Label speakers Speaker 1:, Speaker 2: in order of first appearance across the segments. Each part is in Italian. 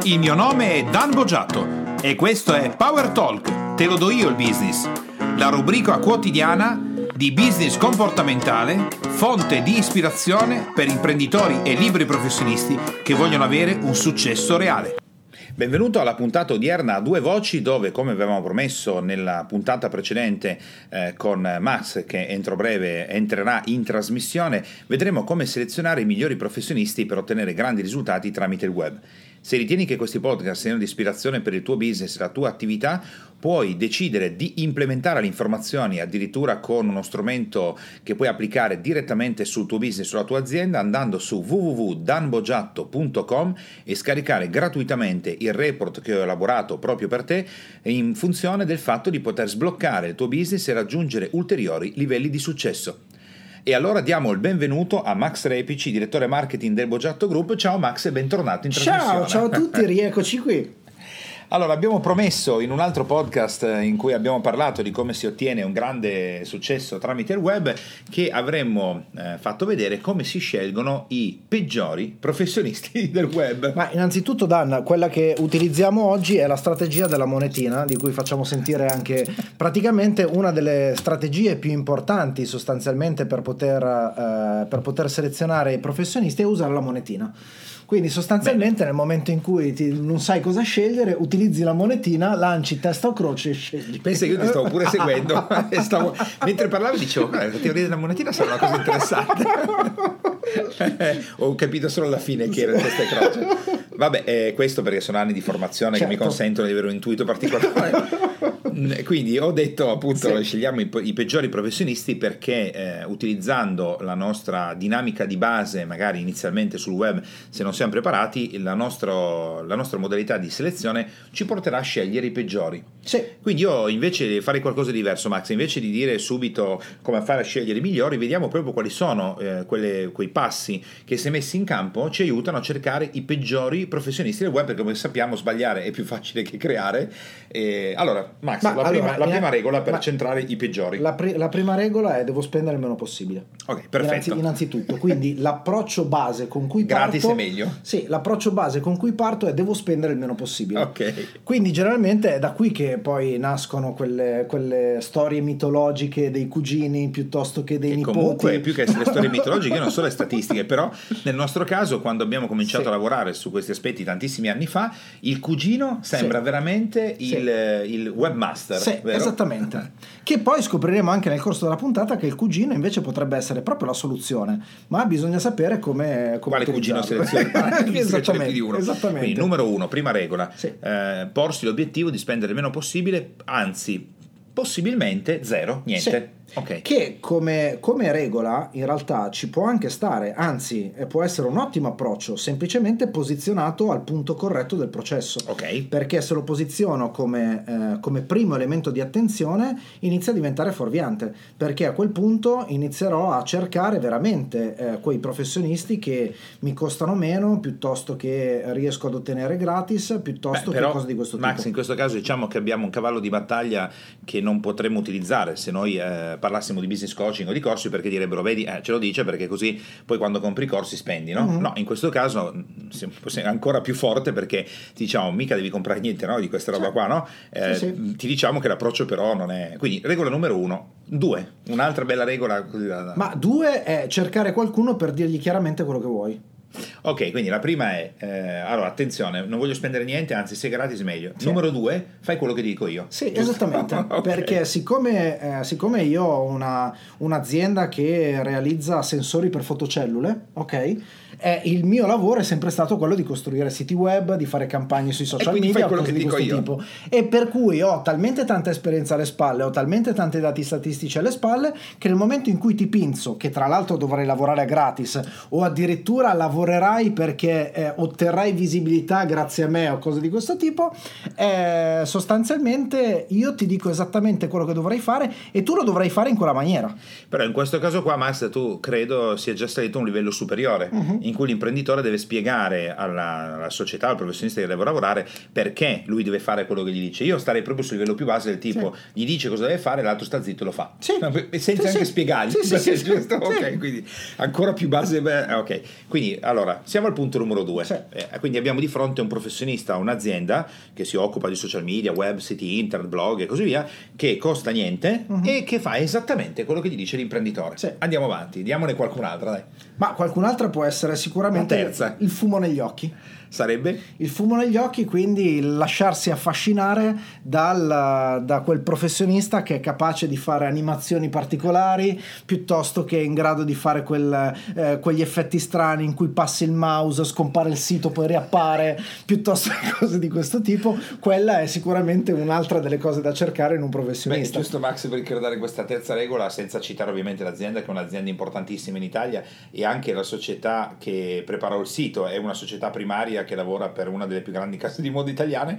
Speaker 1: Il mio nome è Dan Boggiato e questo è Power Talk, te lo do io il business, la rubrica quotidiana di business comportamentale, fonte di ispirazione per imprenditori e liberi professionisti che vogliono avere un successo reale. Benvenuto alla puntata odierna a due voci, dove, come avevamo promesso nella puntata precedente con Max, che entro breve entrerà in trasmissione, vedremo come selezionare i migliori professionisti per ottenere grandi risultati tramite il web. Se ritieni che questi podcast siano di ispirazione per il tuo business e la tua attività, puoi decidere di implementare le informazioni addirittura con uno strumento che puoi applicare direttamente sul tuo business, sulla tua azienda, andando su www.danboggiatto.com e scaricare gratuitamente il report che ho elaborato proprio per te in funzione del fatto di poter sbloccare il tuo business e raggiungere ulteriori livelli di successo. E allora diamo il benvenuto a Max Repici, direttore marketing del Boggiatto Group. Ciao Max e bentornato in trasmissione.
Speaker 2: Ciao a tutti, rieccoci qui.
Speaker 1: Allora, abbiamo promesso in un altro podcast in cui abbiamo parlato di come si ottiene un grande successo tramite il web che avremmo fatto vedere come si scelgono i peggiori professionisti del web.
Speaker 2: Ma innanzitutto, Dan, quella che utilizziamo oggi è la strategia della monetina, di cui facciamo sentire anche praticamente una delle strategie più importanti sostanzialmente per poter selezionare i professionisti, è usare la monetina. Quindi sostanzialmente nel momento in cui non sai cosa scegliere, utilizzi la monetina, lanci testa o croce e scegli.
Speaker 1: Pensa che io ti stavo pure seguendo mentre parlavi dicevo, la teoria della monetina sarà una cosa interessante. Ho capito solo alla fine che era testa e croce. Vabbè, questo perché sono anni di formazione, certo, che mi consentono di avere un intuito particolare. Quindi ho detto appunto, sì, scegliamo i peggiori professionisti perché utilizzando la nostra dinamica di base, magari inizialmente sul web, se non siamo preparati, la nostra modalità di selezione ci porterà a scegliere i peggiori.
Speaker 2: Sì.
Speaker 1: Quindi io invece di fare qualcosa di diverso, Max, invece di dire subito come fare a scegliere i migliori, vediamo proprio quali sono quei passi che, se messi in campo, ci aiutano a cercare i peggiori professionisti del web, perché come sappiamo sbagliare è più facile che creare. Allora Max, la prima regola per centrare i peggiori.
Speaker 2: La prima regola è: devo spendere il meno possibile.
Speaker 1: Ok, perfetto.
Speaker 2: Innanzitutto, quindi l'approccio base con cui parto,
Speaker 1: gratis è meglio.
Speaker 2: Sì, l'approccio base con cui parto è: devo spendere il meno possibile.
Speaker 1: Ok.
Speaker 2: Quindi generalmente è da qui che poi nascono quelle storie mitologiche dei cugini piuttosto che dei nipoti.
Speaker 1: Comunque, più che essere storie mitologiche, io non so le statistiche, però nel nostro caso, quando abbiamo cominciato a lavorare su questi aspetti tantissimi anni fa, il cugino sembra veramente il webmaster.
Speaker 2: Sì,
Speaker 1: vero?
Speaker 2: Esattamente. Che poi scopriremo anche nel corso della puntata che il cugino invece potrebbe essere proprio la soluzione, ma bisogna sapere come
Speaker 1: quale cugino selezionare.
Speaker 2: Esattamente.
Speaker 1: Quindi numero 1, prima regola,
Speaker 2: sì,
Speaker 1: porsi l'obiettivo di spendere il meno possibile, anzi possibilmente zero, niente.
Speaker 2: Sì.
Speaker 1: Okay.
Speaker 2: Che come regola in realtà ci può anche stare, anzi può essere un ottimo approccio, semplicemente posizionato al punto corretto del processo.
Speaker 1: Okay.
Speaker 2: Perché se lo posiziono come primo elemento di attenzione, inizia a diventare fuorviante, perché a quel punto inizierò a cercare veramente quei professionisti che mi costano meno, piuttosto che riesco ad ottenere gratis, piuttosto che cose di questo tipo.
Speaker 1: Max, in questo caso diciamo che abbiamo un cavallo di battaglia che non potremmo utilizzare se noi parlassimo di business coaching o di corsi, perché direbbero: vedi, ce lo dice perché così poi quando compri i corsi spendi, no? Mm-hmm. No, in questo caso è ancora più forte, perché ti diciamo mica devi comprare niente, no, di questa roba qua, no? Sì. Ti diciamo che l'approccio però non è. Quindi regola numero 1. 2, un'altra bella regola così
Speaker 2: Ma 2 è cercare qualcuno per dirgli chiaramente quello che vuoi.
Speaker 1: Ok, quindi la prima è allora attenzione, non voglio spendere niente, anzi se gratis meglio.
Speaker 2: Sì.
Speaker 1: Numero 2, fai quello che dico io.
Speaker 2: Sì, esattamente. Okay. Perché siccome io ho un'azienda che realizza sensori per fotocellule, ok? Il mio lavoro è sempre stato quello di costruire siti web, di fare campagne sui social media, cose di questo tipo. E per cui ho talmente tanta esperienza alle spalle, ho talmente tanti dati statistici alle spalle, che nel momento in cui ti pinzo, che tra l'altro dovrai lavorare gratis, o addirittura lavorerai perché otterrai visibilità grazie a me o cose di questo tipo, sostanzialmente io ti dico esattamente quello che dovrai fare e tu lo dovrai fare in quella maniera.
Speaker 1: Però in questo caso qua, Max, tu credo sia già salito a un livello superiore. Uh-huh. in cui l'imprenditore deve spiegare alla società, al professionista che deve lavorare, perché lui deve fare quello che gli dice. Io starei proprio sul livello più base del tipo, gli dice cosa deve fare, l'altro sta zitto e lo fa, senza anche spiegargli, giusto? Ok, quindi ancora più base. Ok, quindi allora siamo al punto numero 2. Quindi abbiamo di fronte un professionista, un'azienda che si occupa di social media, web, siti internet, blog e così via, che costa niente e che fa esattamente quello che gli dice l'imprenditore. Andiamo avanti, diamone qualcun'altra, dai.
Speaker 2: Ma qualcun'altra può essere sicuramente
Speaker 1: terza.
Speaker 2: Il fumo negli occhi.
Speaker 1: Sarebbe?
Speaker 2: Il fumo negli occhi, quindi lasciarsi affascinare da quel professionista che è capace di fare animazioni particolari, piuttosto che in grado di fare quegli effetti strani in cui passi il mouse, scompare il sito, poi riappare, piuttosto che cose di questo tipo. Quella è sicuramente un'altra delle cose da cercare in un professionista.
Speaker 1: Giusto, Max, per ricordare questa terza regola, senza citare ovviamente l'azienda, che è un'azienda importantissima in Italia, e anche la società che preparò il sito, è una società primaria che lavora per una delle più grandi case di moda italiane.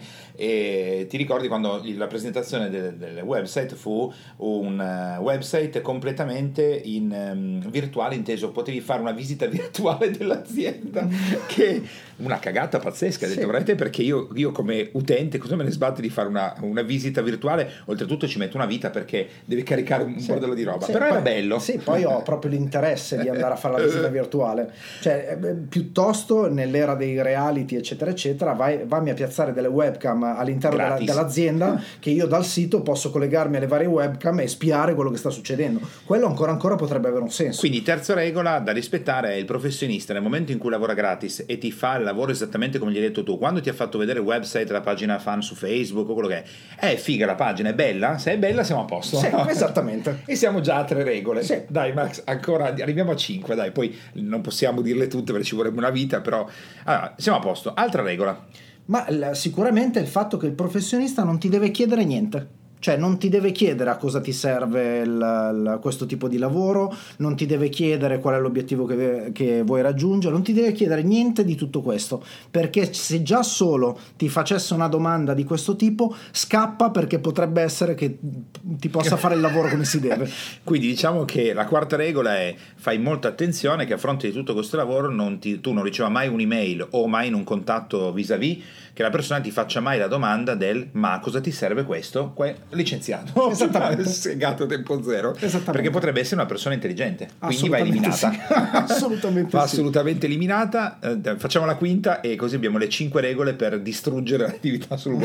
Speaker 1: E ti ricordi quando la presentazione del website fu un website completamente in virtuale, inteso potevi fare una visita virtuale dell'azienda, che una cagata pazzesca, detto veramente, perché io come utente cosa me ne sbatte di fare una visita virtuale, oltretutto ci metto una vita perché devi caricare un bordello di roba, però era bello.
Speaker 2: Poi ho proprio l'interesse di andare a fare la visita virtuale, cioè piuttosto nell'era dei reality eccetera eccetera, vammi a piazzare delle webcam all'interno dell'azienda, che io dal sito posso collegarmi alle varie webcam e spiare quello che sta succedendo. Quello ancora potrebbe avere un senso.
Speaker 1: Quindi terza regola da rispettare è: il professionista nel momento in cui lavora gratis e ti fa il lavoro esattamente come gli hai detto tu, quando ti ha fatto vedere il website, la pagina fan su Facebook o quello che è figa, la pagina è bella, se è bella siamo a posto.
Speaker 2: Esattamente.
Speaker 1: E siamo già a 3 regole. Dai Max, ancora arriviamo a 5, dai, poi non possiamo dirle tutte perché ci vorrebbe una vita, però allora, siamo a posto. Altra regola.
Speaker 2: Ma sicuramente il fatto che il professionista non ti deve chiedere niente. Cioè non ti deve chiedere a cosa ti serve questo tipo di lavoro, non ti deve chiedere qual è l'obiettivo che vuoi raggiungere, non ti deve chiedere niente di tutto questo, perché se già solo ti facesse una domanda di questo tipo scappa, perché potrebbe essere che ti possa fare il lavoro come si deve.
Speaker 1: Quindi diciamo che la quarta regola è: fai molta attenzione che a fronte di tutto questo lavoro tu non riceva mai un'email o mai in un contatto vis-à-vis che la persona ti faccia mai la domanda del ma cosa ti serve questo? Licenziato.
Speaker 2: Esattamente.
Speaker 1: Segato a tempo zero. Perché potrebbe essere una persona intelligente, quindi va eliminata.
Speaker 2: Assolutamente
Speaker 1: va assolutamente eliminata. Facciamo la quinta e così abbiamo le 5 regole per distruggere l'attività sul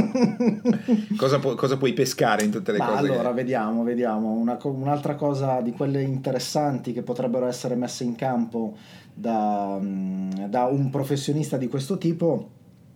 Speaker 1: web. cosa puoi pescare in tutte le cose?
Speaker 2: Allora vediamo un'altra cosa di quelle interessanti che potrebbero essere messe in campo da un professionista di questo tipo.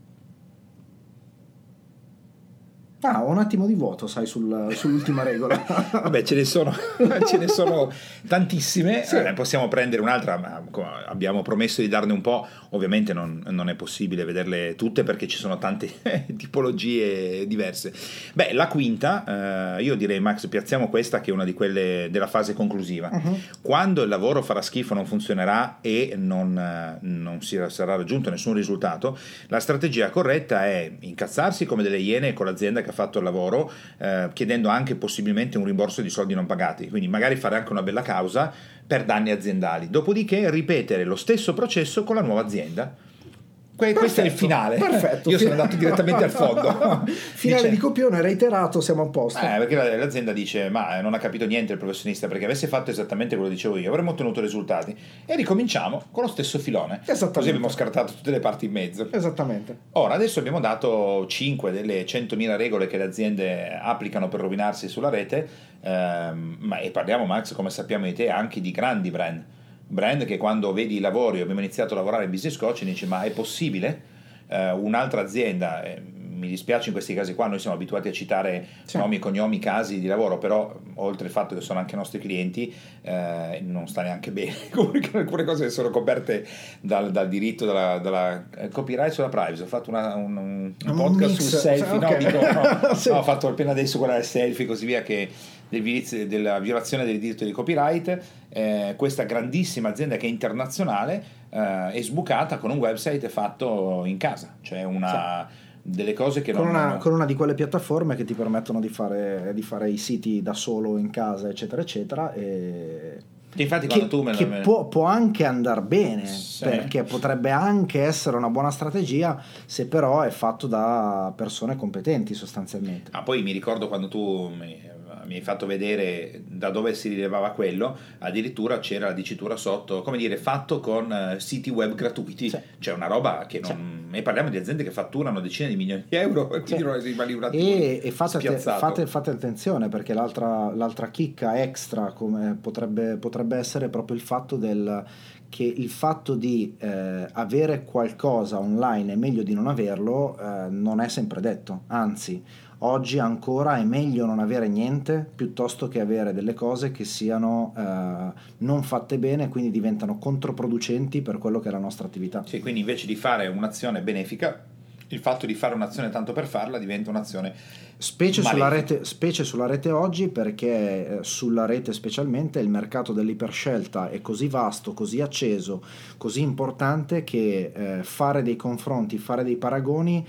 Speaker 2: Ho un attimo di vuoto, sai, sull'ultima regola.
Speaker 1: Vabbè, ce ne sono tantissime. Possiamo prendere un'altra, ma abbiamo promesso di darne un po'. Ovviamente non è possibile vederle tutte perché ci sono tante tipologie diverse. La quinta, io direi, Max, piazziamo questa, che è una di quelle della fase conclusiva. Quando il lavoro farà schifo, non funzionerà e non si sarà raggiunto nessun risultato, la strategia corretta è incazzarsi come delle iene con l'azienda che ha fatto il lavoro, chiedendo anche possibilmente un rimborso di soldi non pagati, quindi magari fare anche una bella causa per danni aziendali, dopodiché ripetere lo stesso processo con la nuova azienda. Questo è il finale.
Speaker 2: Perfetto.
Speaker 1: Io sono andato direttamente al fondo.
Speaker 2: Finale di copione reiterato, siamo a posto.
Speaker 1: Perché l'azienda dice: ma non ha capito niente il professionista, perché avesse fatto esattamente quello che dicevo io avremmo ottenuto risultati. E ricominciamo con lo stesso filone. Così abbiamo scartato tutte le parti in mezzo.
Speaker 2: Esattamente.
Speaker 1: Ora adesso abbiamo dato 5 delle 100.000 regole che le aziende applicano per rovinarsi sulla rete, e parliamo, Max, come sappiamo di te, anche di grandi brand che quando vedi i lavori, abbiamo iniziato a lavorare in Business Coach, e dici: ma è possibile? Un'altra azienda, mi dispiace in questi casi qua, noi siamo abituati a citare nomi e cognomi, casi di lavoro, però oltre al fatto che sono anche nostri clienti, non sta neanche bene comunque alcune cose che sono coperte dal diritto, dalla copyright sulla privacy. Ho fatto un podcast sul selfie, ho fatto appena adesso quella del selfie, così via, che della violazione del diritto di copyright. Questa grandissima azienda che è internazionale è sbucata con un website fatto in casa, cioè delle cose che con
Speaker 2: una di quelle piattaforme che ti permettono di fare i siti da solo in casa, eccetera eccetera, e
Speaker 1: Che infatti quando tu me
Speaker 2: che può anche andare bene,
Speaker 1: sì,
Speaker 2: perché potrebbe anche essere una buona strategia se però è fatto da persone competenti sostanzialmente.
Speaker 1: Poi mi ricordo quando tu mi hai fatto vedere da dove si rilevava quello, addirittura c'era la dicitura sotto, come dire, fatto con siti web gratuiti,
Speaker 2: Sì.
Speaker 1: Cioè una roba che non... E parliamo di aziende che fatturano decine di milioni di euro, e quindi non rimani un attimo
Speaker 2: e
Speaker 1: spiazzato.
Speaker 2: fate attenzione, perché l'altra chicca extra come potrebbe essere proprio il fatto che il fatto di avere qualcosa online è meglio di non averlo, non è sempre detto, anzi oggi ancora è meglio non avere niente piuttosto che avere delle cose che siano non fatte bene, quindi diventano controproducenti per quello che è la nostra attività.
Speaker 1: Sì, quindi invece di fare un'azione benefica, il fatto di fare un'azione tanto per farla diventa un'azione
Speaker 2: specie sulla rete oggi, perché sulla rete specialmente il mercato dell'iperscelta è così vasto, così acceso, così importante che fare dei confronti, fare dei paragoni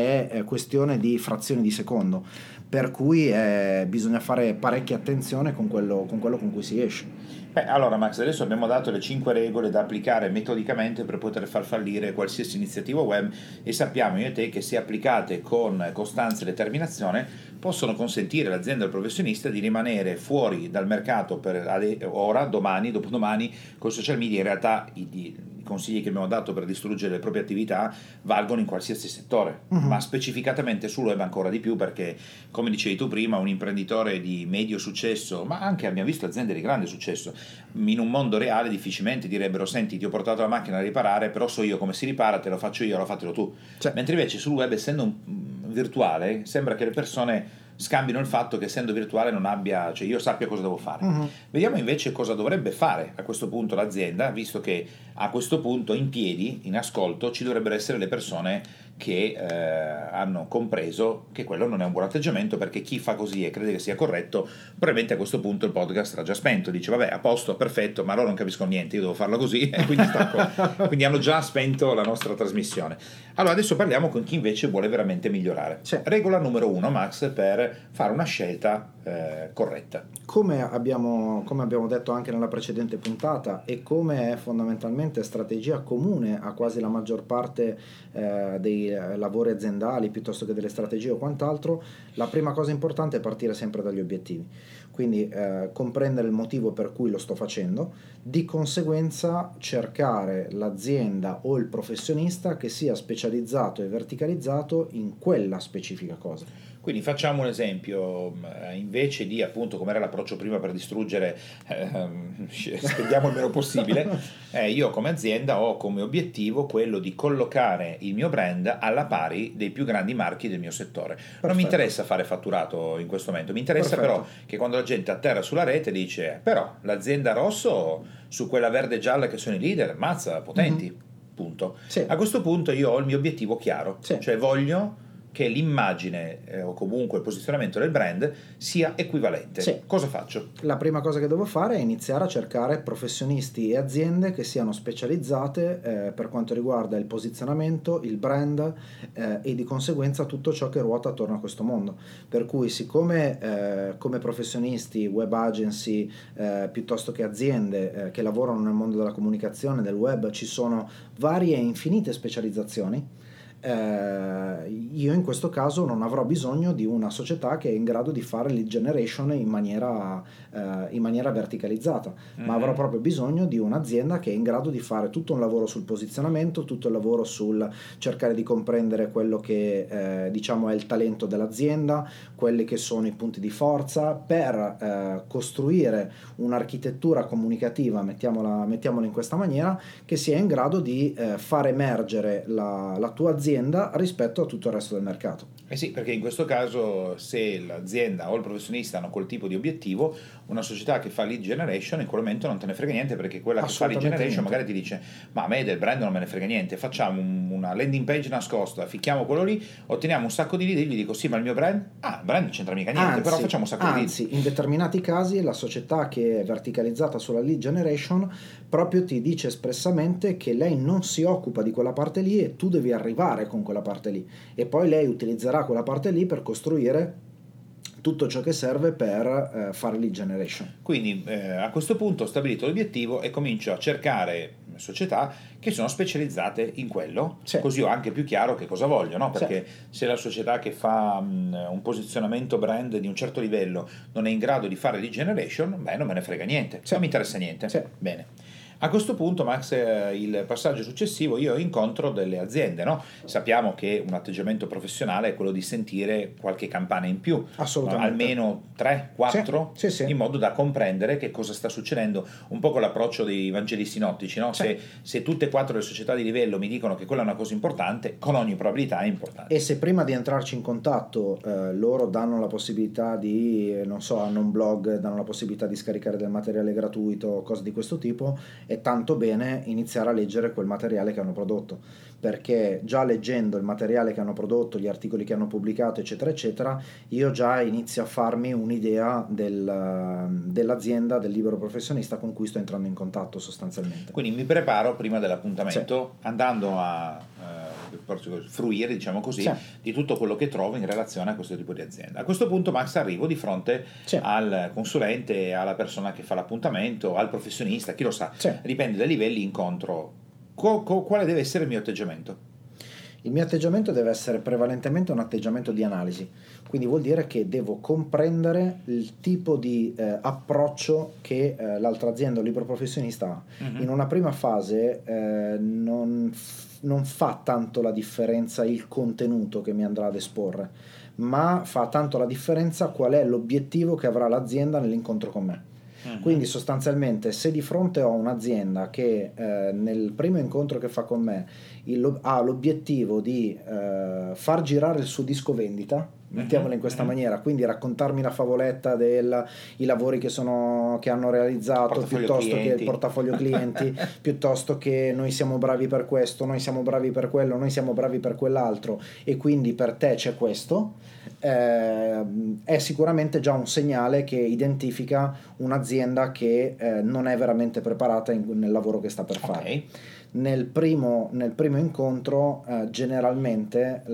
Speaker 2: è questione di frazioni di secondo, per cui bisogna fare parecchia attenzione con quello con cui si esce.
Speaker 1: Allora Max, adesso abbiamo dato le 5 regole da applicare metodicamente per poter far fallire qualsiasi iniziativa web, e sappiamo io e te che se applicate con costanza e determinazione possono consentire all'azienda o al professionista di rimanere fuori dal mercato per ora, domani, dopodomani. Con social media in realtà i consigli che abbiamo dato per distruggere le proprie attività valgono in qualsiasi settore, ma specificatamente sul web ancora di più, perché come dicevi tu prima, un imprenditore di medio successo, ma anche abbiamo visto aziende di grande successo, in un mondo reale difficilmente direbbero: senti, ti ho portato la macchina a riparare, però so io come si ripara, te lo faccio io, lo fatelo tu. Mentre invece sul web, essendo virtuale, sembra che le persone scambino il fatto che essendo virtuale non abbia, cioè io sappia cosa devo fare. Vediamo invece cosa dovrebbe fare a questo punto l'azienda, visto che a questo punto in piedi, in ascolto, ci dovrebbero essere le persone che hanno compreso che quello non è un buon atteggiamento, perché chi fa così e crede che sia corretto, probabilmente a questo punto il podcast sarà già spento, dice vabbè, a posto, perfetto, ma loro non capiscono niente, io devo farlo così, e quindi stacco. Quindi hanno già spento la nostra trasmissione. Allora adesso parliamo con chi invece vuole veramente migliorare. Regola numero 1, Max, per fare una scelta corretta.
Speaker 2: Come abbiamo detto anche nella precedente puntata, e come è fondamentalmente strategia comune a quasi la maggior parte dei lavori aziendali piuttosto che delle strategie o quant'altro, la prima cosa importante è partire sempre dagli obiettivi, quindi comprendere il motivo per cui lo sto facendo, di conseguenza cercare l'azienda o il professionista che sia specializzato e verticalizzato in quella specifica cosa.
Speaker 1: Quindi facciamo un esempio, invece di appunto come era l'approccio prima per distruggere, spendiamo il meno possibile, io come azienda ho come obiettivo quello di collocare il mio brand alla pari dei più grandi marchi del mio settore. Perfetto. Non mi interessa fare fatturato in questo momento, mi interessa però che quando la gente atterra sulla rete dice però l'azienda Rosso su quella verde e gialla che sono i leader, mazza, potenti, punto. A questo punto io ho il mio obiettivo chiaro, cioè voglio che l'immagine o comunque il posizionamento del brand sia equivalente. Cosa faccio?
Speaker 2: La prima cosa che devo fare è iniziare a cercare professionisti e aziende che siano specializzate per quanto riguarda il posizionamento, il brand e di conseguenza tutto ciò che ruota attorno a questo mondo. Per cui siccome come professionisti, web agency piuttosto che aziende che lavorano nel mondo della comunicazione, del web, ci sono varie e infinite specializzazioni, io in questo caso non avrò bisogno di una società che è in grado di fare lead generation in maniera verticalizzata, ma avrò proprio bisogno di un'azienda che è in grado di fare tutto un lavoro sul posizionamento, tutto il lavoro sul cercare di comprendere quello che diciamo è il talento dell'azienda, quelli che sono i punti di forza, per costruire un'architettura comunicativa, mettiamola in questa maniera, che sia in grado di far emergere la tua azienda rispetto a tutto il resto del mercato.
Speaker 1: Sì, perché in questo caso se l'azienda o il professionista hanno quel tipo di obiettivo, una società che fa lead generation in quel momento non te ne frega niente, perché quella che fa lead generation magari ti dice ma a me del brand non me ne frega niente, facciamo una landing page nascosta, ficchiamo quello lì, otteniamo un sacco di lead, e gli dico sì ma il mio brand? Il brand non c'entra mica niente, però facciamo un sacco di lead.
Speaker 2: Anzi, in determinati casi la società che è verticalizzata sulla lead generation proprio ti dice espressamente che lei non si occupa di quella parte lì e tu devi arrivare con quella parte lì, e poi lei utilizzerà quella parte lì per costruire tutto ciò che serve per fare lead generation.
Speaker 1: Quindi a questo punto ho stabilito l'obiettivo e comincio a cercare società che sono specializzate in quello,
Speaker 2: sì.
Speaker 1: Così ho anche più chiaro che cosa voglio, no? Perché
Speaker 2: sì.
Speaker 1: se la società che fa un posizionamento brand di un certo livello non è in grado di fare lead generation, beh, non me ne frega niente,
Speaker 2: sì.
Speaker 1: non mi interessa niente.
Speaker 2: Sì.
Speaker 1: Bene. A questo punto, Max, il passaggio successivo, io incontro delle aziende, no? Sappiamo che un atteggiamento professionale è quello di sentire qualche campana in più,
Speaker 2: assolutamente,
Speaker 1: almeno 3, 4,
Speaker 2: sì, sì, sì.
Speaker 1: in modo da comprendere che cosa sta succedendo, un po' con l'approccio dei vangeli sinottici, no?
Speaker 2: Sì.
Speaker 1: Se tutte e 4 le società di livello mi dicono che quella è una cosa importante, con ogni probabilità è importante.
Speaker 2: E se prima di entrarci in contatto loro danno la possibilità di, non so, hanno un blog, danno la possibilità di scaricare del materiale gratuito, cose di questo tipo, è tanto bene iniziare a leggere quel materiale che hanno prodotto, perché già leggendo il materiale che hanno prodotto, gli articoli che hanno pubblicato, eccetera eccetera, io già inizio a farmi un'idea dell'azienda, del libero professionista con cui sto entrando in contatto sostanzialmente.
Speaker 1: Quindi mi preparo prima dell'appuntamento,
Speaker 2: sì.
Speaker 1: andando a fruire, diciamo così,
Speaker 2: sì.
Speaker 1: di tutto quello che trovo in relazione a questo tipo di azienda. A questo punto, Max, arrivo di fronte
Speaker 2: sì.
Speaker 1: al consulente, alla persona che fa l'appuntamento, al professionista, chi lo sa,
Speaker 2: sì.
Speaker 1: Dipende dai livelli, incontro. Quale deve essere il mio atteggiamento?
Speaker 2: Il mio atteggiamento deve essere prevalentemente un atteggiamento di analisi, quindi vuol dire che devo comprendere il tipo di approccio che l'altra azienda o libero professionista ha. In una prima fase non fa tanto la differenza il contenuto che mi andrà ad esporre, ma fa tanto la differenza qual è l'obiettivo che avrà l'azienda nell'incontro con me. Quindi sostanzialmente, se di fronte ho un'azienda che nel primo incontro che fa con me ha l'obiettivo di far girare il suo disco vendita, mettiamola in questa maniera, quindi raccontarmi la favoletta dei lavori che hanno realizzato, piuttosto che il portafoglio clienti, piuttosto che noi siamo bravi per questo, noi siamo bravi per quello, noi siamo bravi per quell'altro, e quindi per te c'è questo, è sicuramente già un segnale che identifica un'azienda che non è veramente preparata nel lavoro che sta per fare. Nel primo incontro generalmente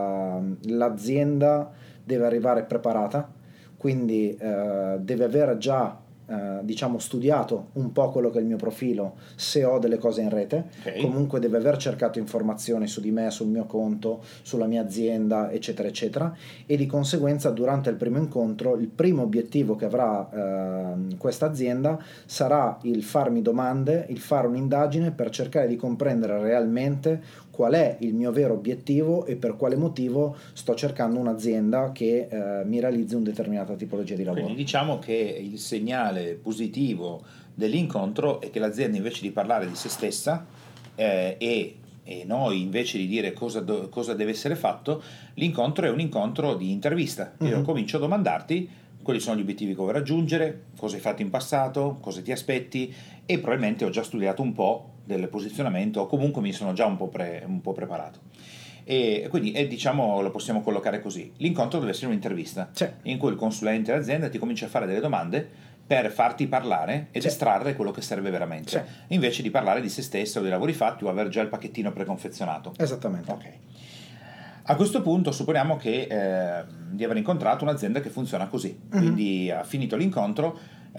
Speaker 2: l'azienda deve arrivare preparata, quindi deve aver già diciamo studiato un po' quello che è il mio profilo, se ho delle cose in rete, comunque deve aver cercato informazioni su di me, sul mio conto, sulla mia azienda, eccetera eccetera, e di conseguenza durante il primo incontro il primo obiettivo che avrà questa azienda sarà il farmi domande, il fare un'indagine per cercare di comprendere realmente qual è il mio vero obiettivo e per quale motivo sto cercando un'azienda che mi realizzi una determinata tipologia di lavoro.
Speaker 1: Quindi diciamo che il segnale positivo dell'incontro è che l'azienda, invece di parlare di se stessa e noi invece di dire cosa deve essere fatto, l'incontro è un incontro di intervista. Io comincio a domandarti quali sono gli obiettivi che vuoi raggiungere, cosa hai fatto in passato, cosa ti aspetti, e probabilmente ho già studiato un po' del posizionamento, o comunque mi sono già un po' preparato. E quindi diciamo lo possiamo collocare così: l'incontro deve essere un'intervista in cui il consulente dell'azienda ti comincia a fare delle domande per farti parlare ed estrarre quello che serve veramente, invece di parlare di se stesso o dei lavori fatti o aver già il pacchettino preconfezionato.
Speaker 2: Esattamente.
Speaker 1: Ok. A questo punto supponiamo che di aver incontrato un'azienda che funziona così, quindi ha finito l'incontro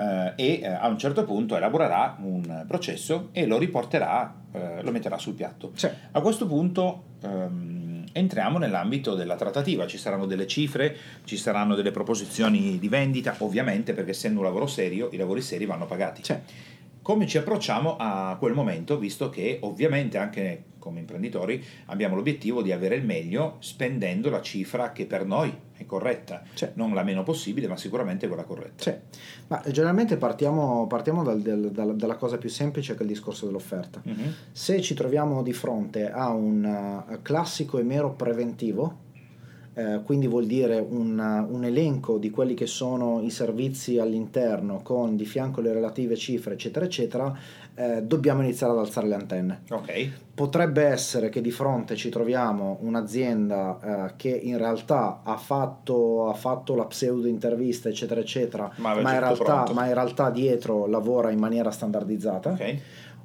Speaker 1: e a un certo punto elaborerà un processo e lo riporterà, lo metterà sul piatto. A questo punto entriamo nell'ambito della trattativa, ci saranno delle cifre, ci saranno delle proposizioni di vendita, ovviamente, perché essendo un lavoro serio, i lavori seri vanno pagati. Come ci approcciamo a quel momento, visto che ovviamente anche come imprenditori abbiamo l'obiettivo di avere il meglio spendendo la cifra che per noi è corretta, non la meno possibile, ma sicuramente quella corretta.
Speaker 2: Ma generalmente partiamo dalla cosa più semplice, che è il discorso dell'offerta. Se ci troviamo di fronte a un classico e mero preventivo, quindi vuol dire un elenco di quelli che sono i servizi all'interno con di fianco le relative cifre, eccetera eccetera, dobbiamo iniziare ad alzare le antenne. Potrebbe essere che di fronte ci troviamo un'azienda che in realtà ha fatto la pseudo intervista, eccetera eccetera, ma in realtà dietro lavora in maniera standardizzata.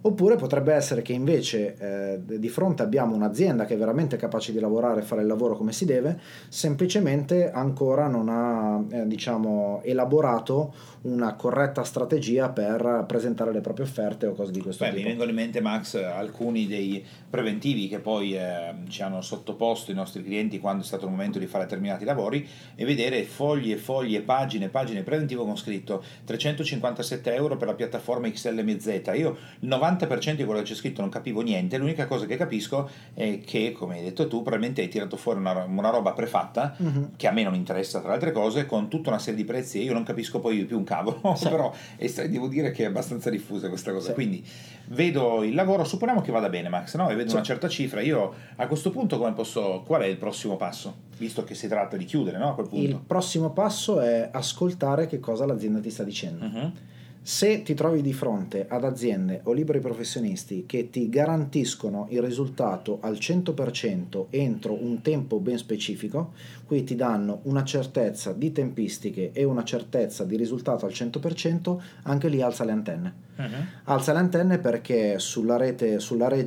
Speaker 2: Oppure potrebbe essere che invece di fronte abbiamo un'azienda che è veramente capace di lavorare e fare il lavoro come si deve, semplicemente ancora non ha diciamo elaborato una corretta strategia per presentare le proprie offerte o cose di questo tipo.
Speaker 1: Mi vengono in mente, Max, alcuni dei preventivi che poi ci hanno sottoposto i nostri clienti quando è stato il momento di fare determinati lavori, e vedere fogli e fogli e pagine preventivo con scritto 357 euro per la piattaforma XLMZ. Io il 90% di quello che c'è scritto non capivo niente, l'unica cosa che capisco è che, come hai detto tu, probabilmente hai tirato fuori una roba prefatta, che a me non interessa tra le altre cose, con tutta una serie di prezzi e io non capisco poi più un cavolo, sì. Però devo dire che è abbastanza diffusa questa cosa, sì. Quindi vedo il lavoro, supponiamo che vada bene, Max, no? E vedo una certa cifra, io a questo punto qual è il prossimo passo? Visto che si tratta di chiudere, no? A quel punto.
Speaker 2: Il prossimo passo è ascoltare che cosa l'azienda ti sta dicendo. Se ti trovi di fronte ad aziende o liberi professionisti che ti garantiscono il risultato al 100% entro un tempo ben specifico, qui ti danno una certezza di tempistiche e una certezza di risultato al 100%, anche lì alza le antenne. Alza le antenne perché sulla rete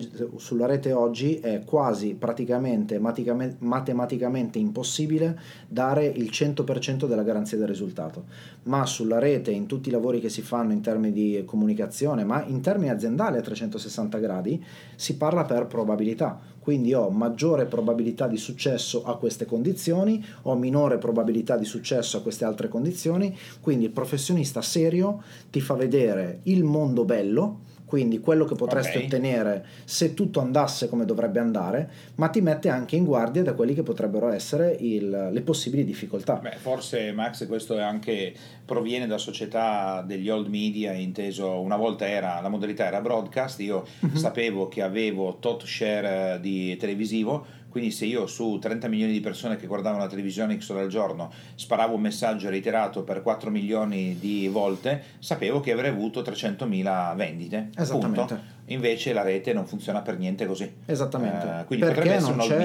Speaker 2: oggi è quasi praticamente matematicamente impossibile dare il 100% della garanzia del risultato, ma sulla rete, in tutti i lavori che si fanno in termini di comunicazione, ma in termini aziendali a 360 gradi, si parla per probabilità. Quindi ho maggiore probabilità di successo a queste condizioni, ho minore probabilità di successo a queste altre condizioni, quindi il professionista serio ti fa vedere il mondo bello, quindi quello che potresti ottenere se tutto andasse come dovrebbe andare, ma ti mette anche in guardia da quelli che potrebbero essere le possibili difficoltà.
Speaker 1: Forse, Max, questo proviene da società degli old media, inteso una volta la modalità era broadcast, io sapevo che avevo tot share di televisivo, quindi se io su 30 milioni di persone che guardavano la televisione X ore al giorno sparavo un messaggio reiterato per 4 milioni di volte, sapevo che avrei avuto 300.000 vendite.
Speaker 2: Esattamente.
Speaker 1: Punto. Invece la rete non funziona per niente così.
Speaker 2: Esattamente.
Speaker 1: Quindi
Speaker 2: perché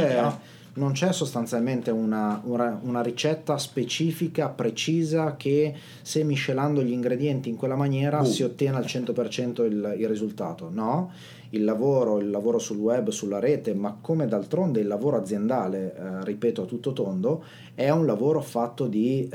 Speaker 1: non
Speaker 2: c'è sostanzialmente una ricetta specifica, precisa, che se miscelando gli ingredienti in quella maniera si ottiene al 100% il risultato. No, il lavoro sul web, sulla rete, ma come d'altronde il lavoro aziendale, ripeto a tutto tondo, è un lavoro fatto di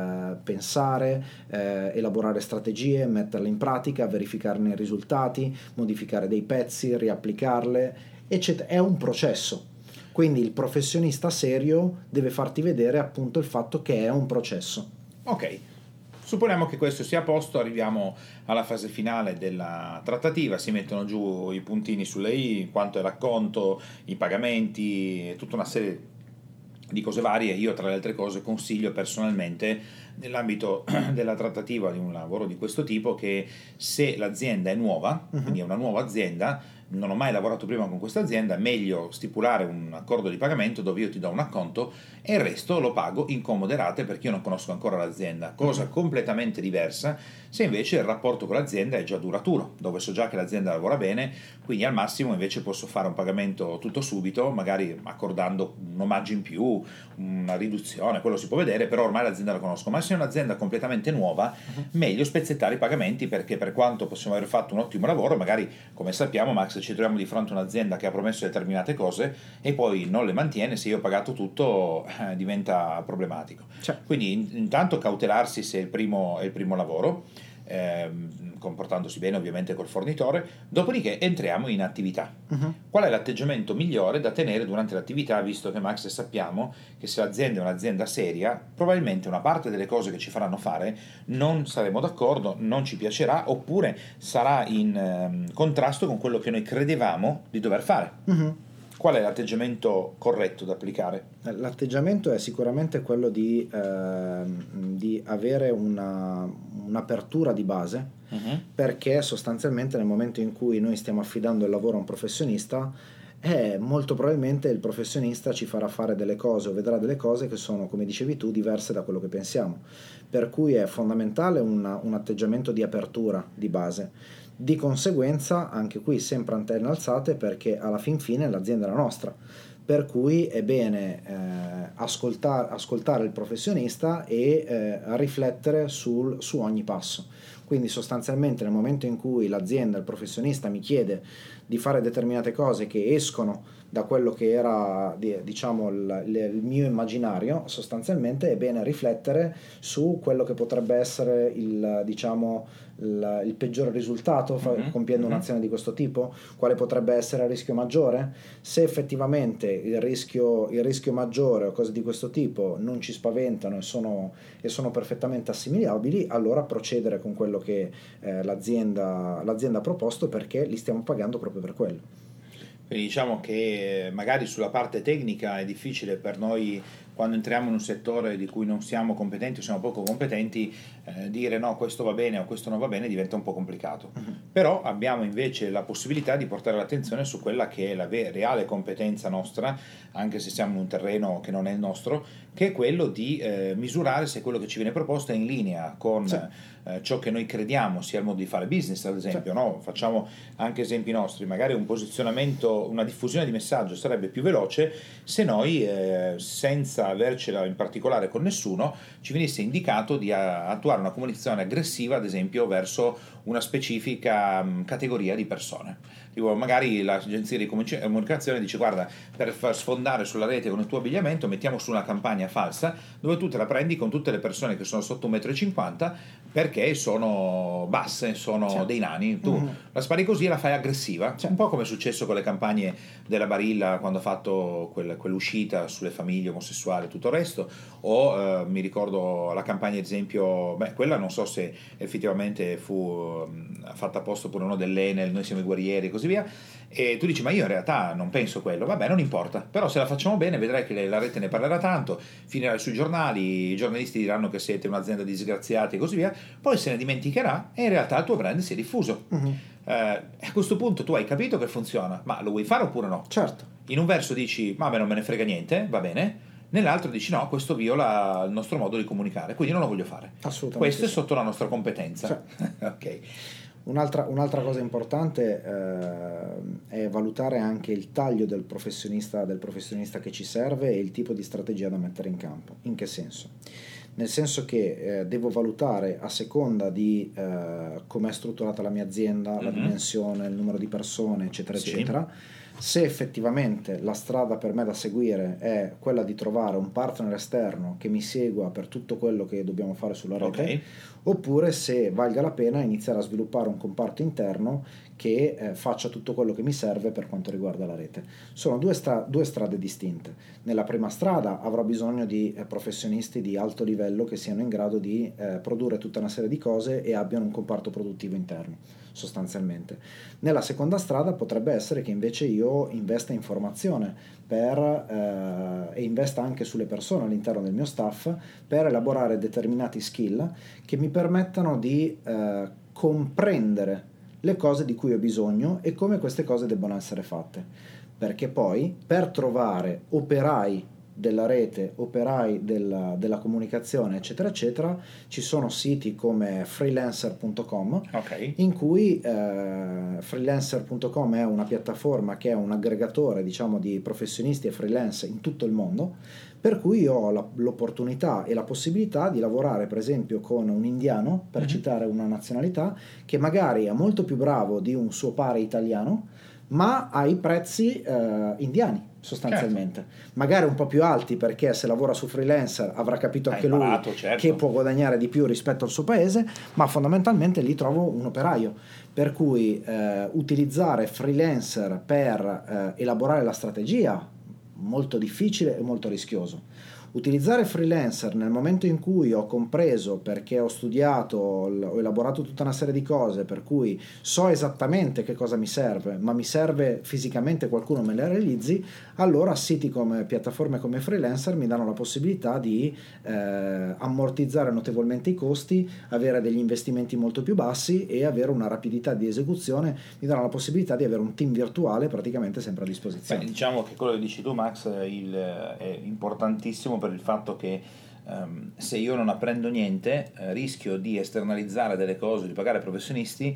Speaker 2: pensare, elaborare strategie, metterle in pratica, verificarne i risultati, modificare dei pezzi, riapplicarle, eccetera. È un processo. Quindi il professionista serio deve farti vedere appunto il fatto che è un processo.
Speaker 1: Ok, supponiamo che questo sia a posto, arriviamo alla fase finale della trattativa, si mettono giù i puntini sulle i, quanto è l'acconto, i pagamenti, tutta una serie di cose varie. Io tra le altre cose consiglio personalmente nell'ambito della trattativa di un lavoro di questo tipo che se l'azienda è nuova, quindi è una nuova azienda, non ho mai lavorato prima con questa azienda, è meglio stipulare un accordo di pagamento dove io ti do un acconto e il resto lo pago in comode rate perché io non conosco ancora l'azienda, cosa completamente diversa se invece il rapporto con l'azienda è già duraturo, dove so già che l'azienda lavora bene, quindi al massimo invece posso fare un pagamento tutto subito, magari accordando un omaggio in più, una riduzione, quello si può vedere, però ormai l'azienda la conosco. Ma se è un'azienda completamente nuova, meglio spezzettare i pagamenti, perché per quanto possiamo aver fatto un ottimo lavoro, magari, come sappiamo, Max, ci troviamo di fronte a un'azienda che ha promesso determinate cose e poi non le mantiene. Se io ho pagato tutto diventa problematico. Quindi intanto cautelarsi se è il primo lavoro, comportandosi bene ovviamente col fornitore, dopodiché entriamo in attività. Qual è l'atteggiamento migliore da tenere durante l'attività, visto che, Max, sappiamo che se l'azienda è un'azienda seria, probabilmente una parte delle cose che ci faranno fare non saremo d'accordo, non ci piacerà, oppure sarà in contrasto con quello che noi credevamo di dover fare. Qual è l'atteggiamento corretto da applicare?
Speaker 2: L'atteggiamento è sicuramente quello di avere un'apertura di base, perché sostanzialmente nel momento in cui noi stiamo affidando il lavoro a un professionista, molto probabilmente il professionista ci farà fare delle cose o vedrà delle cose che sono, come dicevi tu, diverse da quello che pensiamo, per cui è fondamentale un atteggiamento di apertura di base. Di conseguenza anche qui sempre antenne alzate, perché alla fin fine l'azienda è la nostra, per cui è bene ascoltare il professionista e riflettere su ogni passo. Quindi sostanzialmente nel momento in cui l'azienda, il professionista mi chiede di fare determinate cose che escono da quello che era diciamo il mio immaginario, sostanzialmente è bene riflettere su quello che potrebbe essere il peggiore risultato compiendo un'azione di questo tipo, quale potrebbe essere il rischio maggiore, se effettivamente il rischio maggiore o cose di questo tipo non ci spaventano e sono perfettamente assimilabili, allora procedere con quello che l'azienda ha proposto, perché li stiamo pagando proprio per quello.
Speaker 1: Quindi diciamo che magari sulla parte tecnica è difficile per noi, quando entriamo in un settore di cui non siamo competenti o siamo poco competenti, dire no, questo va bene o questo non va bene diventa un po' complicato. Però abbiamo invece la possibilità di portare l'attenzione su quella che è la reale competenza nostra, anche se siamo in un terreno che non è il nostro, che è quello di misurare se quello che ci viene proposto è in linea con ciò che noi crediamo sia il modo di fare business, ad esempio. No? Facciamo anche esempi nostri, magari un posizionamento, una diffusione di messaggio sarebbe più veloce se noi, senza avercela in particolare con nessuno, ci venisse indicato di attuare una comunicazione aggressiva, ad esempio, verso una specifica categoria di persone. Tipo, magari l'agenzia di comunicazione dice: guarda, per far sfondare sulla rete con il tuo abbigliamento mettiamo su una campagna falsa dove tu te la prendi con tutte le persone che sono sotto 1,50 m perché sono basse, sono dei nani, tu la spari così e la fai aggressiva, un po' come è successo con le campagne della Barilla quando ha fatto quell'uscita sulle famiglie omosessuali e tutto il resto, o mi ricordo la campagna, ad esempio, quella non so se effettivamente fu fatta apposta oppure no, dell'Enel, noi siamo i guerrieri e così via, e tu dici: ma io in realtà non penso quello. Vabbè, non importa, però se la facciamo bene vedrai che la rete ne parlerà tanto, finirà sui giornali, i giornalisti diranno che siete un'azienda disgraziata e così via, poi se ne dimenticherà e in realtà il tuo brand si è diffuso. A questo punto tu hai capito che funziona, ma lo vuoi fare oppure no?
Speaker 2: Certo.
Speaker 1: In un verso dici: ma a me non me ne frega niente, va bene. Nell'altro dici: no, questo viola il nostro modo di comunicare, quindi non lo voglio fare.
Speaker 2: Assolutamente.
Speaker 1: Questo è sotto la nostra competenza. Ok.
Speaker 2: Un'altra cosa importante è valutare anche il taglio del professionista che ci serve e il tipo di strategia da mettere in campo. In che senso? Nel senso che devo valutare a seconda di come è strutturata la mia azienda, la dimensione, il numero di persone, eccetera, eccetera, se effettivamente la strada per me da seguire è quella di trovare un partner esterno che mi segua per tutto quello che dobbiamo fare sulla rete, oppure se valga la pena iniziare a sviluppare un comparto interno che faccia tutto quello che mi serve per quanto riguarda la rete. Sono due strade distinte. Nella prima strada avrò bisogno di professionisti di alto livello che siano in grado di produrre tutta una serie di cose e abbiano un comparto produttivo interno, sostanzialmente. Nella seconda strada potrebbe essere che invece io investa in formazione e investa anche sulle persone all'interno del mio staff per elaborare determinati skill che mi permettano di comprendere le cose di cui ho bisogno e come queste cose debbano essere fatte, perché poi per trovare operai della rete, operai della comunicazione, eccetera eccetera, ci sono siti come freelancer.com, in cui freelancer.com è una piattaforma che è un aggregatore, diciamo, di professionisti e freelance in tutto il mondo, per cui io ho l'opportunità e la possibilità di lavorare per esempio con un indiano, per citare una nazionalità, che magari è molto più bravo di un suo pare italiano, ma ha i prezzi indiani sostanzialmente, magari un po' più alti, perché se lavora su freelancer avrà capito anche lui che può guadagnare di più rispetto al suo paese, ma fondamentalmente lì trovo un operaio, per cui utilizzare freelancer per elaborare la strategia molto difficile e molto rischioso. Utilizzare freelancer nel momento in cui ho compreso, perché ho studiato, ho elaborato tutta una serie di cose, per cui so esattamente che cosa mi serve, ma mi serve fisicamente qualcuno me le realizzi, allora siti come piattaforme come freelancer mi danno la possibilità di ammortizzare notevolmente i costi, avere degli investimenti molto più bassi e avere una rapidità di esecuzione, mi danno la possibilità di avere un team virtuale praticamente sempre a disposizione.
Speaker 1: Diciamo che quello che dici tu, Max, è importantissimo per il fatto che se io non apprendo niente, rischio di esternalizzare delle cose, di pagare professionisti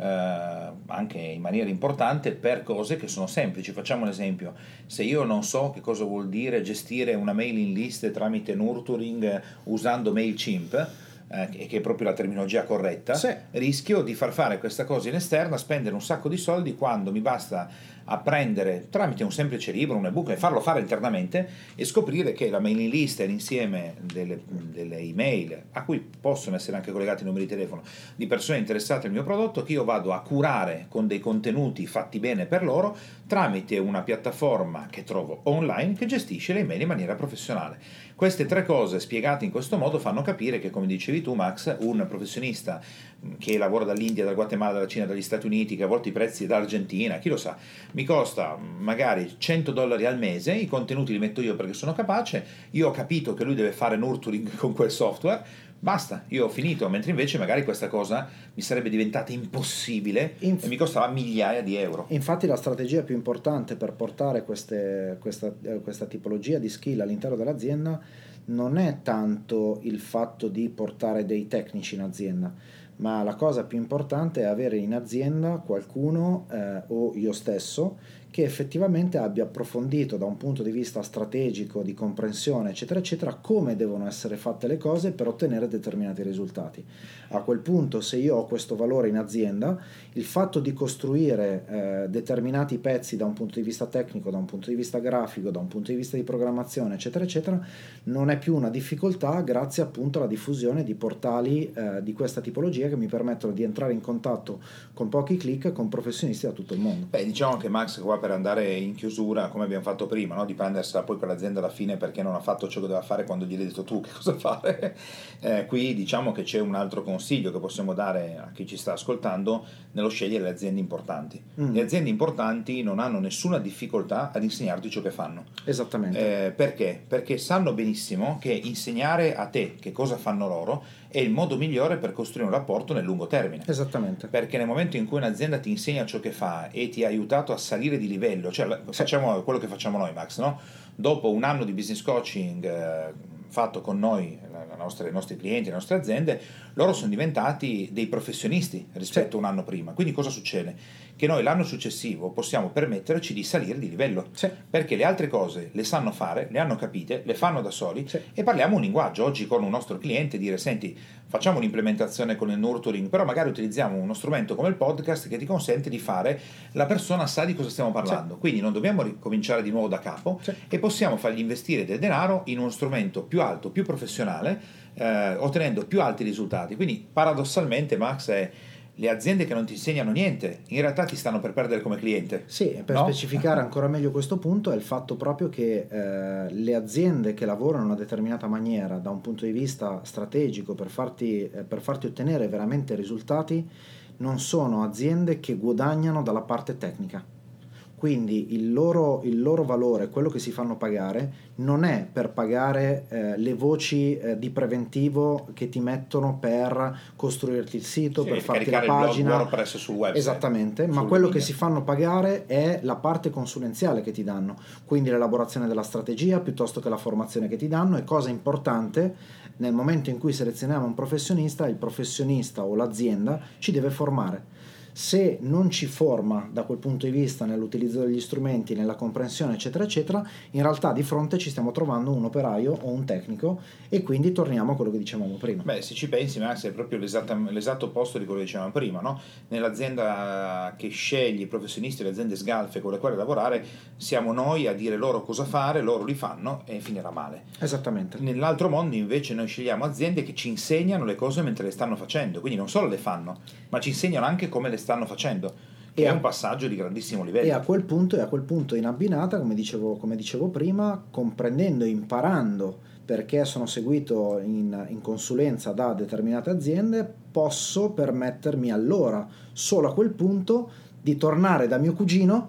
Speaker 1: anche in maniera importante per cose che sono semplici. Facciamo un esempio: se io non so che cosa vuol dire gestire una mailing list tramite nurturing usando MailChimp, che è proprio la terminologia corretta,
Speaker 2: sì,
Speaker 1: rischio di far fare questa cosa in esterna, spendere un sacco di soldi quando mi basta apprendere tramite un semplice libro, un ebook, e farlo fare internamente e scoprire che la mailing list è l'insieme delle email a cui possono essere anche collegati i numeri di telefono di persone interessate al mio prodotto, che io vado a curare con dei contenuti fatti bene per loro tramite una piattaforma che trovo online che gestisce le email in maniera professionale. Queste tre cose spiegate in questo modo fanno capire che, come dicevi tu Max, un professionista che lavora dall'India, dal Guatemala, dalla Cina, dagli Stati Uniti, che a volte i prezzi dall'Argentina, chi lo sa, mi costa magari $100 al mese, i contenuti li metto io perché sono capace, io ho capito che lui deve fare nurturing con quel software, basta, io ho finito, mentre invece magari questa cosa mi sarebbe diventata impossibile e mi costava migliaia di euro.
Speaker 2: Infatti la strategia più importante per portare questa tipologia di skill all'interno dell'azienda non è tanto il fatto di portare dei tecnici in azienda, ma la cosa più importante è avere in azienda qualcuno o io stesso che effettivamente abbia approfondito da un punto di vista strategico, di comprensione, eccetera, eccetera, come devono essere fatte le cose per ottenere determinati risultati. A quel punto, se io ho questo valore in azienda, il fatto di costruire determinati pezzi da un punto di vista tecnico, da un punto di vista grafico, da un punto di vista di programmazione, eccetera, eccetera, non è più una difficoltà grazie appunto alla diffusione di portali di questa tipologia che mi permettono di entrare in contatto con pochi click con professionisti da tutto il mondo.
Speaker 1: Beh, diciamo che Max qua per andare in chiusura, come abbiamo fatto prima, no? Di prendersela poi per l'azienda alla fine perché non ha fatto ciò che doveva fare quando gli hai detto tu che cosa fare. Qui diciamo che c'è un altro consiglio che possiamo dare a chi ci sta ascoltando nello scegliere le aziende importanti. Le aziende importanti non hanno nessuna difficoltà ad insegnarti ciò che fanno.
Speaker 2: Esattamente.
Speaker 1: Perché? Perché sanno benissimo che insegnare a te che cosa fanno loro è il modo migliore per costruire un rapporto nel lungo termine.
Speaker 2: Esattamente.
Speaker 1: Perché nel momento in cui un'azienda ti insegna ciò che fa e ti ha aiutato a salire di livello, cioè facciamo quello che facciamo noi Max, no? Dopo un anno di business coaching fatto con noi, i nostri clienti, le nostre aziende, loro sono diventati dei professionisti rispetto a un anno prima. Quindi cosa succede? Che noi l'anno successivo possiamo permetterci di salire di livello, perché le altre cose le sanno fare, le hanno capite, le fanno da soli e parliamo un linguaggio. Oggi con un nostro cliente dire: senti, facciamo un'implementazione con il nurturing, però magari utilizziamo uno strumento come il podcast che ti consente di fare, la persona sa di cosa stiamo parlando, quindi non dobbiamo ricominciare di nuovo da capo e possiamo fargli investire del denaro in uno strumento più alto, più professionale, ottenendo più alti risultati. Quindi paradossalmente Max è le aziende che non ti insegnano niente in realtà ti stanno per perdere come cliente.
Speaker 2: Sì, per specificare ancora meglio questo punto è il fatto proprio che le aziende che lavorano in una determinata maniera da un punto di vista strategico per farti ottenere veramente risultati non sono aziende che guadagnano dalla parte tecnica. Quindi il loro valore, quello che si fanno pagare, non è per pagare le voci di preventivo che ti mettono per costruirti il sito, per farti la pagina,
Speaker 1: il blog WordPress sul website.
Speaker 2: Esattamente, ma quello che si fanno pagare è la parte consulenziale che ti danno, quindi l'elaborazione della strategia piuttosto che la formazione che ti danno. E cosa importante, nel momento in cui selezioniamo un professionista, il professionista o l'azienda ci deve formare. Se non ci forma da quel punto di vista nell'utilizzo degli strumenti, nella comprensione eccetera eccetera, in realtà di fronte ci stiamo trovando un operaio o un tecnico, e quindi torniamo a quello che dicevamo prima.
Speaker 1: Beh, se ci pensi Max è proprio l'esatto opposto di quello che dicevamo prima, no? Nell'azienda che sceglie i professionisti, le aziende sgalfe con le quali lavorare, siamo noi a dire loro cosa fare, loro li fanno e finirà male.
Speaker 2: Esattamente.
Speaker 1: Nell'altro mondo invece noi scegliamo aziende che ci insegnano le cose mentre le stanno facendo, quindi non solo le fanno, ma ci insegnano anche come le stanno facendo, che è un passaggio di grandissimo livello.
Speaker 2: E a quel punto in abbinata, come dicevo prima, comprendendo e imparando, perché sono seguito in consulenza da determinate aziende, posso permettermi allora solo a quel punto di tornare da mio cugino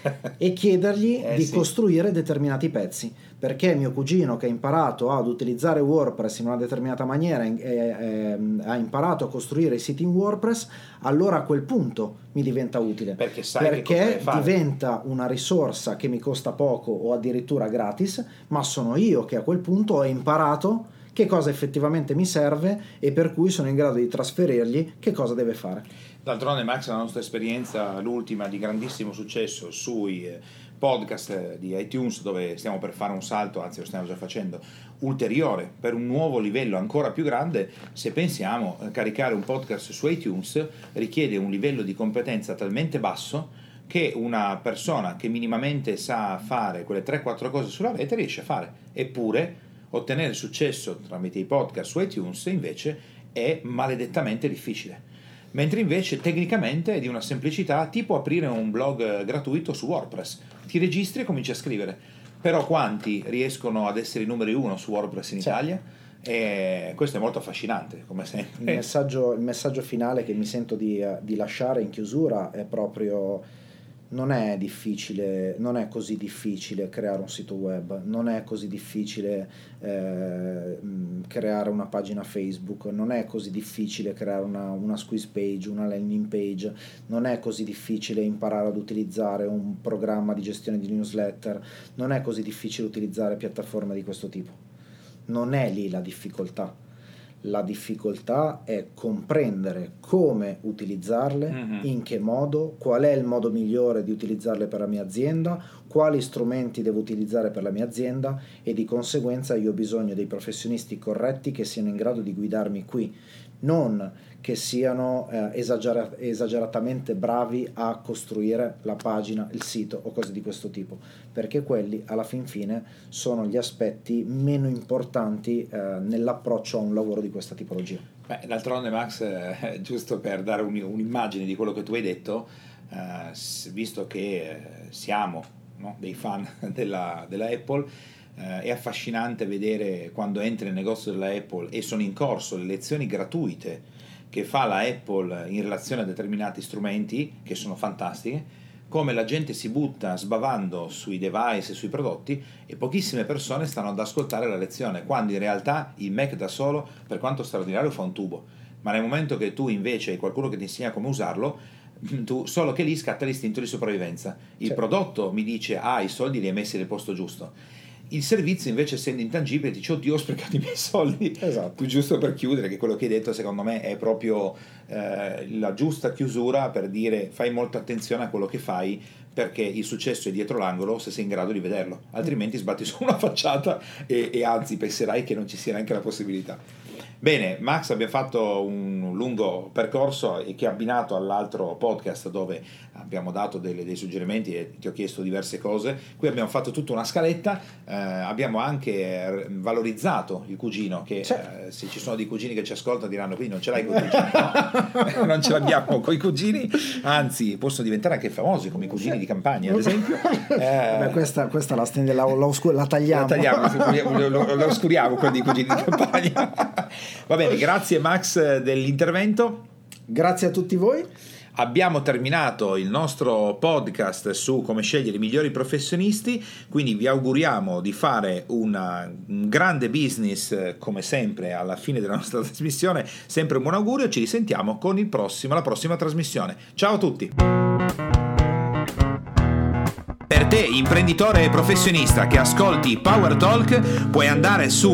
Speaker 2: e chiedergli di costruire determinati pezzi, perché mio cugino che ha imparato ad utilizzare WordPress in una determinata maniera ha imparato a costruire i siti in WordPress, allora a quel punto mi diventa utile,
Speaker 1: perché
Speaker 2: diventa una risorsa che mi costa poco o addirittura gratis, ma sono io che a quel punto ho imparato che cosa effettivamente mi serve e per cui sono in grado di trasferirgli che cosa deve fare.
Speaker 1: D'altronde, Max, la nostra esperienza, l'ultima di grandissimo successo sui podcast di iTunes, dove stiamo per fare un salto, anzi lo stiamo già facendo, ulteriore per un nuovo livello ancora più grande. Se pensiamo, caricare un podcast su iTunes richiede un livello di competenza talmente basso che una persona che minimamente sa fare quelle 3-4 cose sulla rete riesce a fare. Eppure ottenere successo tramite i podcast su iTunes invece è maledettamente difficile. Mentre invece tecnicamente è di una semplicità tipo aprire un blog gratuito su WordPress. Ti registri e cominci a scrivere. Però quanti riescono ad essere i numeri 1 su WordPress in Italia? E questo è molto affascinante, come sempre.
Speaker 2: Il messaggio finale che mi sento di lasciare in chiusura è proprio: non è difficile, non è così difficile creare un sito web, non è così difficile creare una pagina Facebook, non è così difficile creare una squeeze page, una landing page, non è così difficile imparare ad utilizzare un programma di gestione di newsletter, non è così difficile utilizzare piattaforme di questo tipo. Non è lì la difficoltà. La difficoltà è comprendere come utilizzarle, in che modo, qual è il modo migliore di utilizzarle per la mia azienda, quali strumenti devo utilizzare per la mia azienda, e di conseguenza io ho bisogno dei professionisti corretti che siano in grado di guidarmi qui, non che siano esageratamente bravi a costruire la pagina, il sito o cose di questo tipo, perché quelli alla fin fine sono gli aspetti meno importanti nell'approccio a un lavoro di questa tipologia.
Speaker 1: Beh, d'altronde, Max, giusto per dare un'immagine di quello che tu hai detto, visto che siamo dei fan della Apple, è affascinante vedere quando entri nel negozio della Apple e sono in corso le lezioni gratuite che fa la Apple in relazione a determinati strumenti che sono fantastiche, come la gente si butta sbavando sui device e sui prodotti e pochissime persone stanno ad ascoltare la lezione, quando in realtà il Mac da solo, per quanto straordinario, fa un tubo. Ma nel momento che tu invece hai qualcuno che ti insegna come usarlo, tu solo che lì scatta l'istinto di sopravvivenza. Il prodotto mi dice: i soldi li hai messi nel posto giusto. Il servizio invece, essendo intangibile, dice: oddio, ho sprecato i miei soldi.
Speaker 2: Esatto.
Speaker 1: Giusto per chiudere, che quello che hai detto secondo me è proprio la giusta chiusura per dire: fai molta attenzione a quello che fai, perché il successo è dietro l'angolo se sei in grado di vederlo, altrimenti sbatti su una facciata e anzi penserai che non ci sia neanche la possibilità. Bene, Max, abbiamo fatto un lungo percorso e che abbinato all'altro podcast dove abbiamo dato dei suggerimenti e ti ho chiesto diverse cose. Qui abbiamo fatto tutta una scaletta, abbiamo anche valorizzato il cugino, che se ci sono dei cugini che ci ascoltano diranno: qui non ce l'hai con i cugini. No, non ce l'abbiamo con i cugini, anzi possono diventare anche famosi come i cugini di campagna, ad esempio.
Speaker 2: Beh, questa la tagliamo.
Speaker 1: Lo oscuriamo con i cugini di campagna. Va bene, grazie Max dell'intervento.
Speaker 2: Grazie a tutti voi.
Speaker 1: Abbiamo terminato il nostro podcast su come scegliere i migliori professionisti, quindi vi auguriamo di fare un grande business come sempre alla fine della nostra trasmissione. Sempre un buon augurio, ci risentiamo con la prossima trasmissione. Ciao a tutti! Per te, imprenditore e professionista che ascolti Power Talk, puoi andare su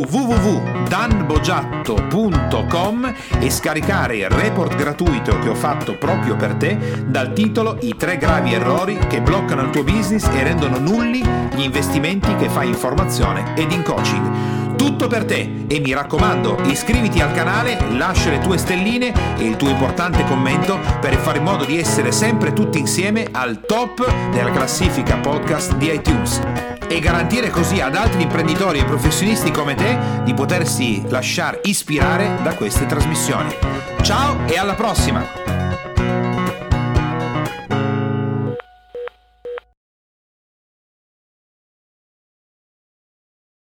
Speaker 1: www.danbogiatto.com e scaricare il report gratuito che ho fatto proprio per te dal titolo I 3 gravi errori che bloccano il tuo business e rendono nulli gli investimenti che fai in formazione ed in coaching. Tutto per te, e mi raccomando, iscriviti al canale, lascia le tue stelline e il tuo importante commento per fare in modo di essere sempre tutti insieme al top della classifica podcast di iTunes e garantire così ad altri imprenditori e professionisti come te di potersi lasciar ispirare da queste trasmissioni. Ciao e alla prossima!